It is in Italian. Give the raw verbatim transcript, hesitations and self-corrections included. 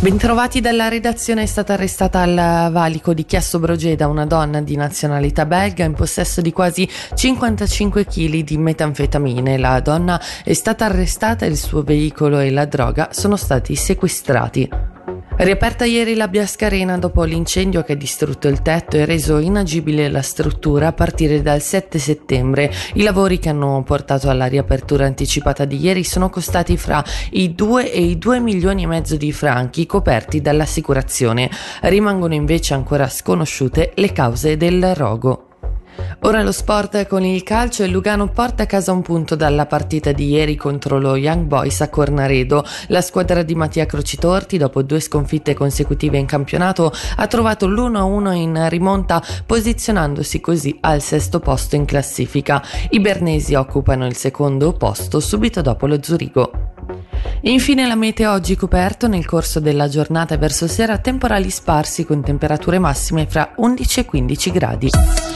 Bentrovati dalla redazione. È stata arrestata al valico di Chiasso Brogeda una donna di nazionalità belga in possesso di quasi cinquantacinque chili di metanfetamine. La donna è stata arrestata e il suo veicolo e la droga sono stati sequestrati. Riaperta ieri la Biascarena dopo l'incendio che ha distrutto il tetto e reso inagibile la struttura a partire dal sette settembre. I lavori che hanno portato alla riapertura anticipata di ieri sono costati fra i due e i due milioni e mezzo di franchi coperti dall'assicurazione. Rimangono invece ancora sconosciute le cause del rogo. Ora lo sport con il calcio. Il Lugano porta a casa un punto dalla partita di ieri contro lo Young Boys a Cornaredo. La squadra di Mattia Crocitorti, dopo due sconfitte consecutive in campionato, ha trovato l'uno a uno in rimonta, posizionandosi così al sesto posto in classifica. I bernesi occupano il secondo posto subito dopo lo Zurigo. Infine la meteo: oggi coperto, nel corso della giornata verso sera temporali sparsi con temperature massime fra undici e quindici gradi.